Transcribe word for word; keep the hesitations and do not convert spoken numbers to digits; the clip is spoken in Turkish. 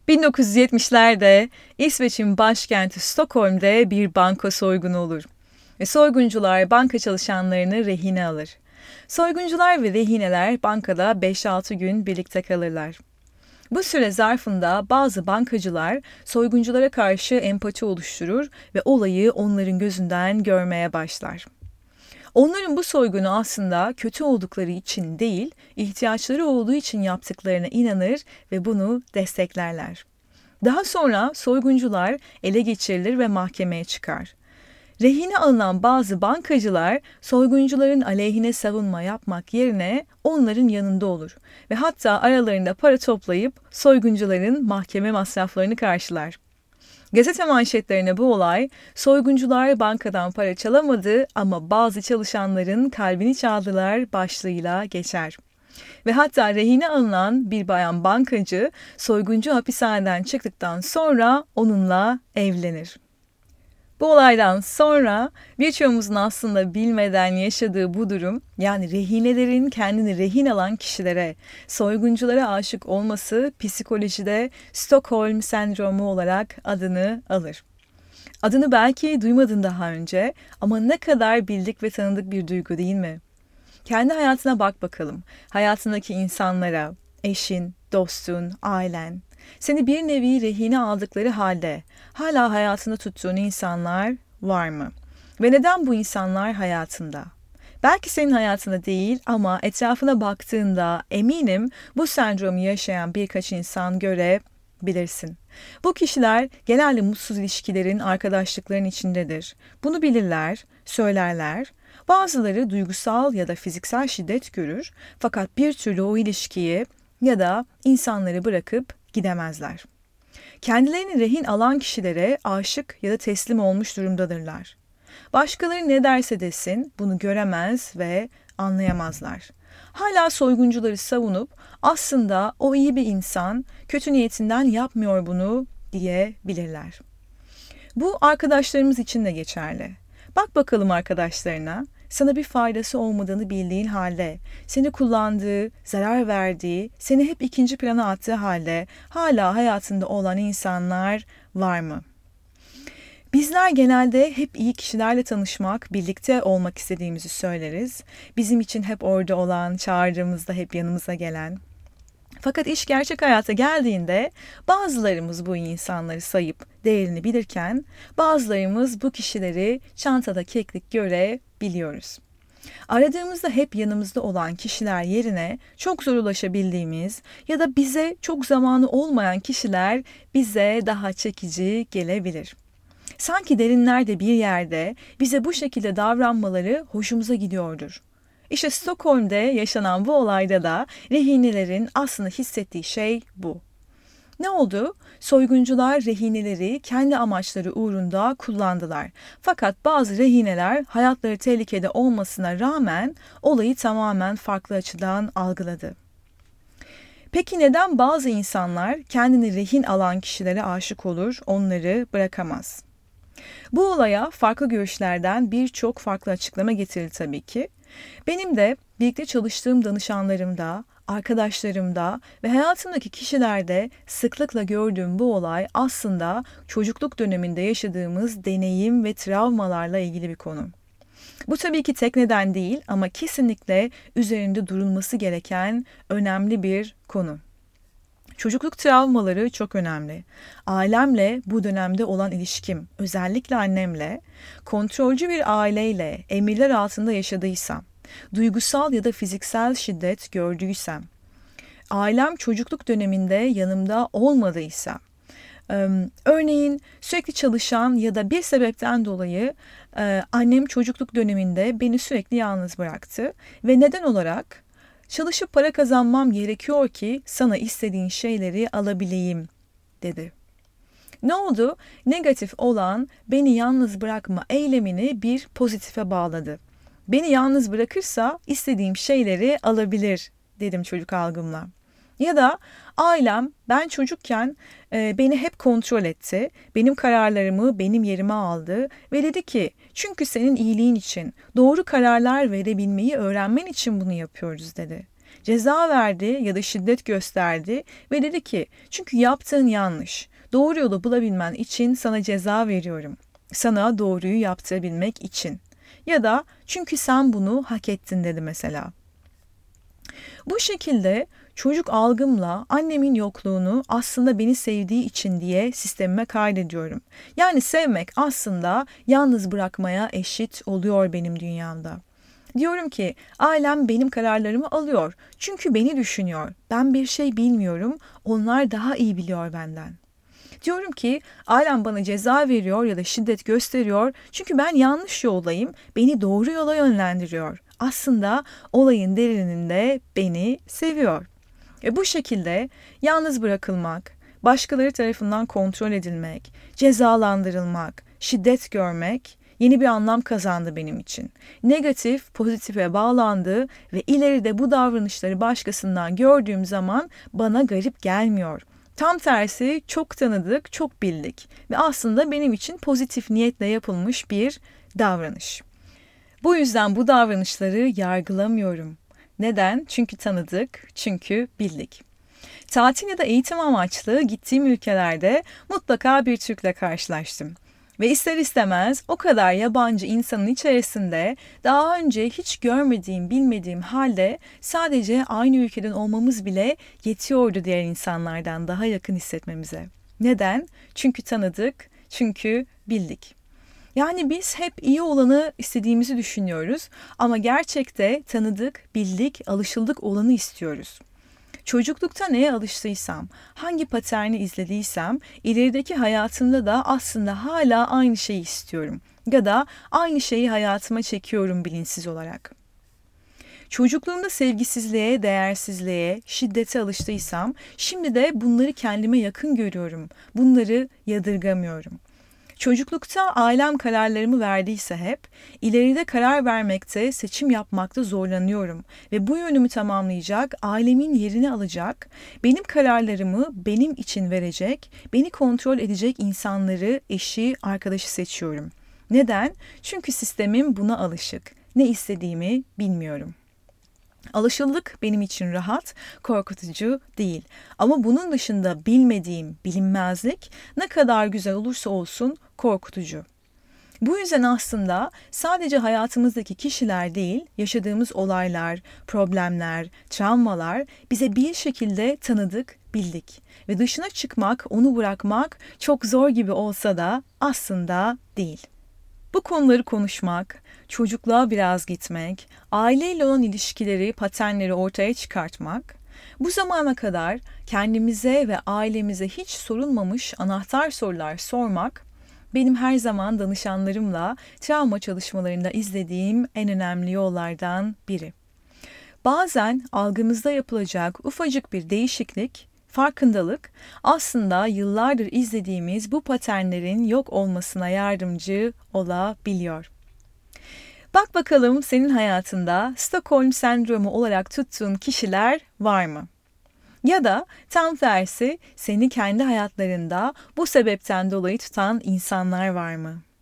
bin dokuz yüz yetmişlerde İsveç'in başkenti Stockholm'de bir banka soygunu olur. Ve soyguncular banka çalışanlarını rehine alır. Soyguncular ve rehineler bankada beş altı gün birlikte kalırlar. Bu süre zarfında bazı bankacılar soygunculara karşı empati oluşturur ve olayı onların gözünden görmeye başlar. Onların bu soygunu aslında kötü oldukları için değil, ihtiyaçları olduğu için yaptıklarına inanır ve bunu desteklerler. Daha sonra soyguncular ele geçirilir ve mahkemeye çıkar. Rehine alınan bazı bankacılar soyguncuların aleyhine savunma yapmak yerine onların yanında olur ve hatta aralarında para toplayıp soyguncuların mahkeme masraflarını karşılar. Gazete manşetlerine bu olay, soyguncular bankadan para çalamadı ama bazı çalışanların kalbini çaldılar başlığıyla geçer. Ve hatta rehine alınan bir bayan bankacı soyguncu hapishaneden çıktıktan sonra onunla evlenir. Bu olaydan sonra birçoğumuzun aslında bilmeden yaşadığı bu durum, yani rehinelerin kendini rehin alan kişilere, soygunculara aşık olması psikolojide Stockholm sendromu olarak adını alır. Adını belki duymadın daha önce ama ne kadar bildik ve tanıdık bir duygu değil mi? Kendi hayatına bak bakalım. Hayatındaki insanlara, eşin, dostun, ailen, seni bir nevi rehine aldıkları halde hala hayatında tuttuğun insanlar var mı? Ve neden bu insanlar hayatında? Belki senin hayatında değil ama etrafına baktığında eminim bu sendromu yaşayan birkaç insan görebilirsin. Bu kişiler genelde mutsuz ilişkilerin, arkadaşlıkların içindedir. Bunu bilirler, söylerler. Bazıları duygusal ya da fiziksel şiddet görür fakat bir türlü o ilişkiyi ya da insanları bırakıp gidemezler. Kendilerini rehin alan kişilere aşık ya da teslim olmuş durumdadırlar. Başkaları ne derse desin bunu göremez ve anlayamazlar. Hala soyguncuları savunup aslında o iyi bir insan, kötü niyetinden yapmıyor bunu diyebilirler. Bu arkadaşlarımız için de geçerli. Bak bakalım arkadaşlarına, sana bir faydası olmadığını bildiğin halde, seni kullandığı, zarar verdiği, seni hep ikinci plana attığı halde hala hayatında olan insanlar var mı? Bizler genelde hep iyi kişilerle tanışmak, birlikte olmak istediğimizi söyleriz. Bizim için hep orada olan, çağırdığımızda hep yanımıza gelen. Fakat iş gerçek hayata geldiğinde bazılarımız bu insanları sayıp değerini bilirken bazılarımız bu kişileri çantada keklik görebiliyoruz. Aradığımızda hep yanımızda olan kişiler yerine çok zor ulaşabildiğimiz ya da bize çok zamanı olmayan kişiler bize daha çekici gelebilir. Sanki derinlerde bir yerde bize bu şekilde davranmaları hoşumuza gidiyordur. İşte Stockholm'de yaşanan bu olayda da rehinelerin aslında hissettiği şey bu. Ne oldu? Soyguncular rehineleri kendi amaçları uğrunda kullandılar. Fakat bazı rehineler hayatları tehlikede olmasına rağmen olayı tamamen farklı açıdan algıladı. Peki neden bazı insanlar kendini rehin alan kişilere aşık olur, onları bırakamaz? Bu olaya farklı görüşlerden birçok farklı açıklama getirildi tabii ki. Benim de birlikte çalıştığım danışanlarımda, arkadaşlarımda ve hayatımdaki kişilerde sıklıkla gördüğüm bu olay aslında çocukluk döneminde yaşadığımız deneyim ve travmalarla ilgili bir konu. Bu tabii ki tek neden değil ama kesinlikle üzerinde durulması gereken önemli bir konu. Çocukluk travmaları çok önemli. Ailemle bu dönemde olan ilişkim, özellikle annemle, kontrolcü bir aileyle emirler altında yaşadıysam, duygusal ya da fiziksel şiddet gördüysem, ailem çocukluk döneminde yanımda olmadıysa, örneğin sürekli çalışan ya da bir sebepten dolayı annem çocukluk döneminde beni sürekli yalnız bıraktı ve neden olarak çalışıp para kazanmam gerekiyor ki sana istediğin şeyleri alabileyim dedi. Ne oldu? Negatif olan beni yalnız bırakma eylemini bir pozitife bağladı. Beni yalnız bırakırsa istediğim şeyleri alabilir dedim çocuk algımla. Ya da ailem ben çocukken e, beni hep kontrol etti, benim kararlarımı benim yerime aldı ve dedi ki çünkü senin iyiliğin için doğru kararlar verebilmeyi öğrenmen için bunu yapıyoruz dedi. Ceza verdi ya da şiddet gösterdi ve dedi ki çünkü yaptığın yanlış. Doğru yolu bulabilmen için sana ceza veriyorum. Sana doğruyu yaptırabilmek için. Ya da çünkü sen bunu hak ettin dedi mesela. Bu şekilde çocuk algımla annemin yokluğunu aslında beni sevdiği için diye sistemime kaydediyorum. Yani sevmek aslında yalnız bırakmaya eşit oluyor benim dünyamda. Diyorum ki ailem benim kararlarımı alıyor. Çünkü beni düşünüyor. Ben bir şey bilmiyorum. Onlar daha iyi biliyor benden. Diyorum ki ailem bana ceza veriyor ya da şiddet gösteriyor. Çünkü ben yanlış yoldayım. Beni doğru yola yönlendiriyor. Aslında olayın derininde beni seviyor. E bu şekilde yalnız bırakılmak, başkaları tarafından kontrol edilmek, cezalandırılmak, şiddet görmek yeni bir anlam kazandı benim için. Negatif, pozitife bağlandı ve ileride bu davranışları başkasından gördüğüm zaman bana garip gelmiyor. Tam tersi çok tanıdık, çok bildik ve aslında benim için pozitif niyetle yapılmış bir davranış. Bu yüzden bu davranışları yargılamıyorum. Neden? Çünkü tanıdık, çünkü bildik. Tatil ya da eğitim amaçlı gittiğim ülkelerde mutlaka bir Türk'le karşılaştım. Ve ister istemez o kadar yabancı insanın içerisinde daha önce hiç görmediğim, bilmediğim halde sadece aynı ülkeden olmamız bile yetiyordu diğer insanlardan daha yakın hissetmemize. Neden? Çünkü tanıdık, çünkü bildik. Yani biz hep iyi olanı istediğimizi düşünüyoruz ama gerçekte tanıdık, bildik, alışıldık olanı istiyoruz. Çocuklukta neye alıştıysam, hangi paterni izlediysem, ilerideki hayatımda da aslında hala aynı şeyi istiyorum. Ya da aynı şeyi hayatıma çekiyorum bilinçsiz olarak. Çocukluğumda sevgisizliğe, değersizliğe, şiddete alıştıysam, şimdi de bunları kendime yakın görüyorum. Bunları yadırgamıyorum. Çocuklukta ailem kararlarımı verdiyse hep, ileride karar vermekte, seçim yapmakta zorlanıyorum ve bu yönümü tamamlayacak, ailemin yerini alacak, benim kararlarımı benim için verecek, beni kontrol edecek insanları, eşi, arkadaşı seçiyorum. Neden? Çünkü sistemim buna alışık. Ne istediğimi bilmiyorum. Alışıldık benim için rahat, korkutucu değil. Ama bunun dışında bilmediğim bilinmezlik ne kadar güzel olursa olsun korkutucu. Bu yüzden aslında sadece hayatımızdaki kişiler değil, yaşadığımız olaylar, problemler, travmalar bize bir şekilde tanıdık, bildik. Ve dışına çıkmak, onu bırakmak çok zor gibi olsa da aslında değil. Bu konuları konuşmak, çocukluğa biraz gitmek, aileyle olan ilişkileri, paternleri ortaya çıkartmak, bu zamana kadar kendimize ve ailemize hiç sorulmamış anahtar sorular sormak, benim her zaman danışanlarımla travma çalışmalarında izlediğim en önemli yollardan biri. Bazen algımızda yapılacak ufacık bir değişiklik, farkındalık aslında yıllardır izlediğimiz bu paternlerin yok olmasına yardımcı olabiliyor. Bak bakalım senin hayatında Stockholm sendromu olarak tuttuğun kişiler var mı? Ya da tam tersi seni kendi hayatlarında bu sebepten dolayı tutan insanlar var mı?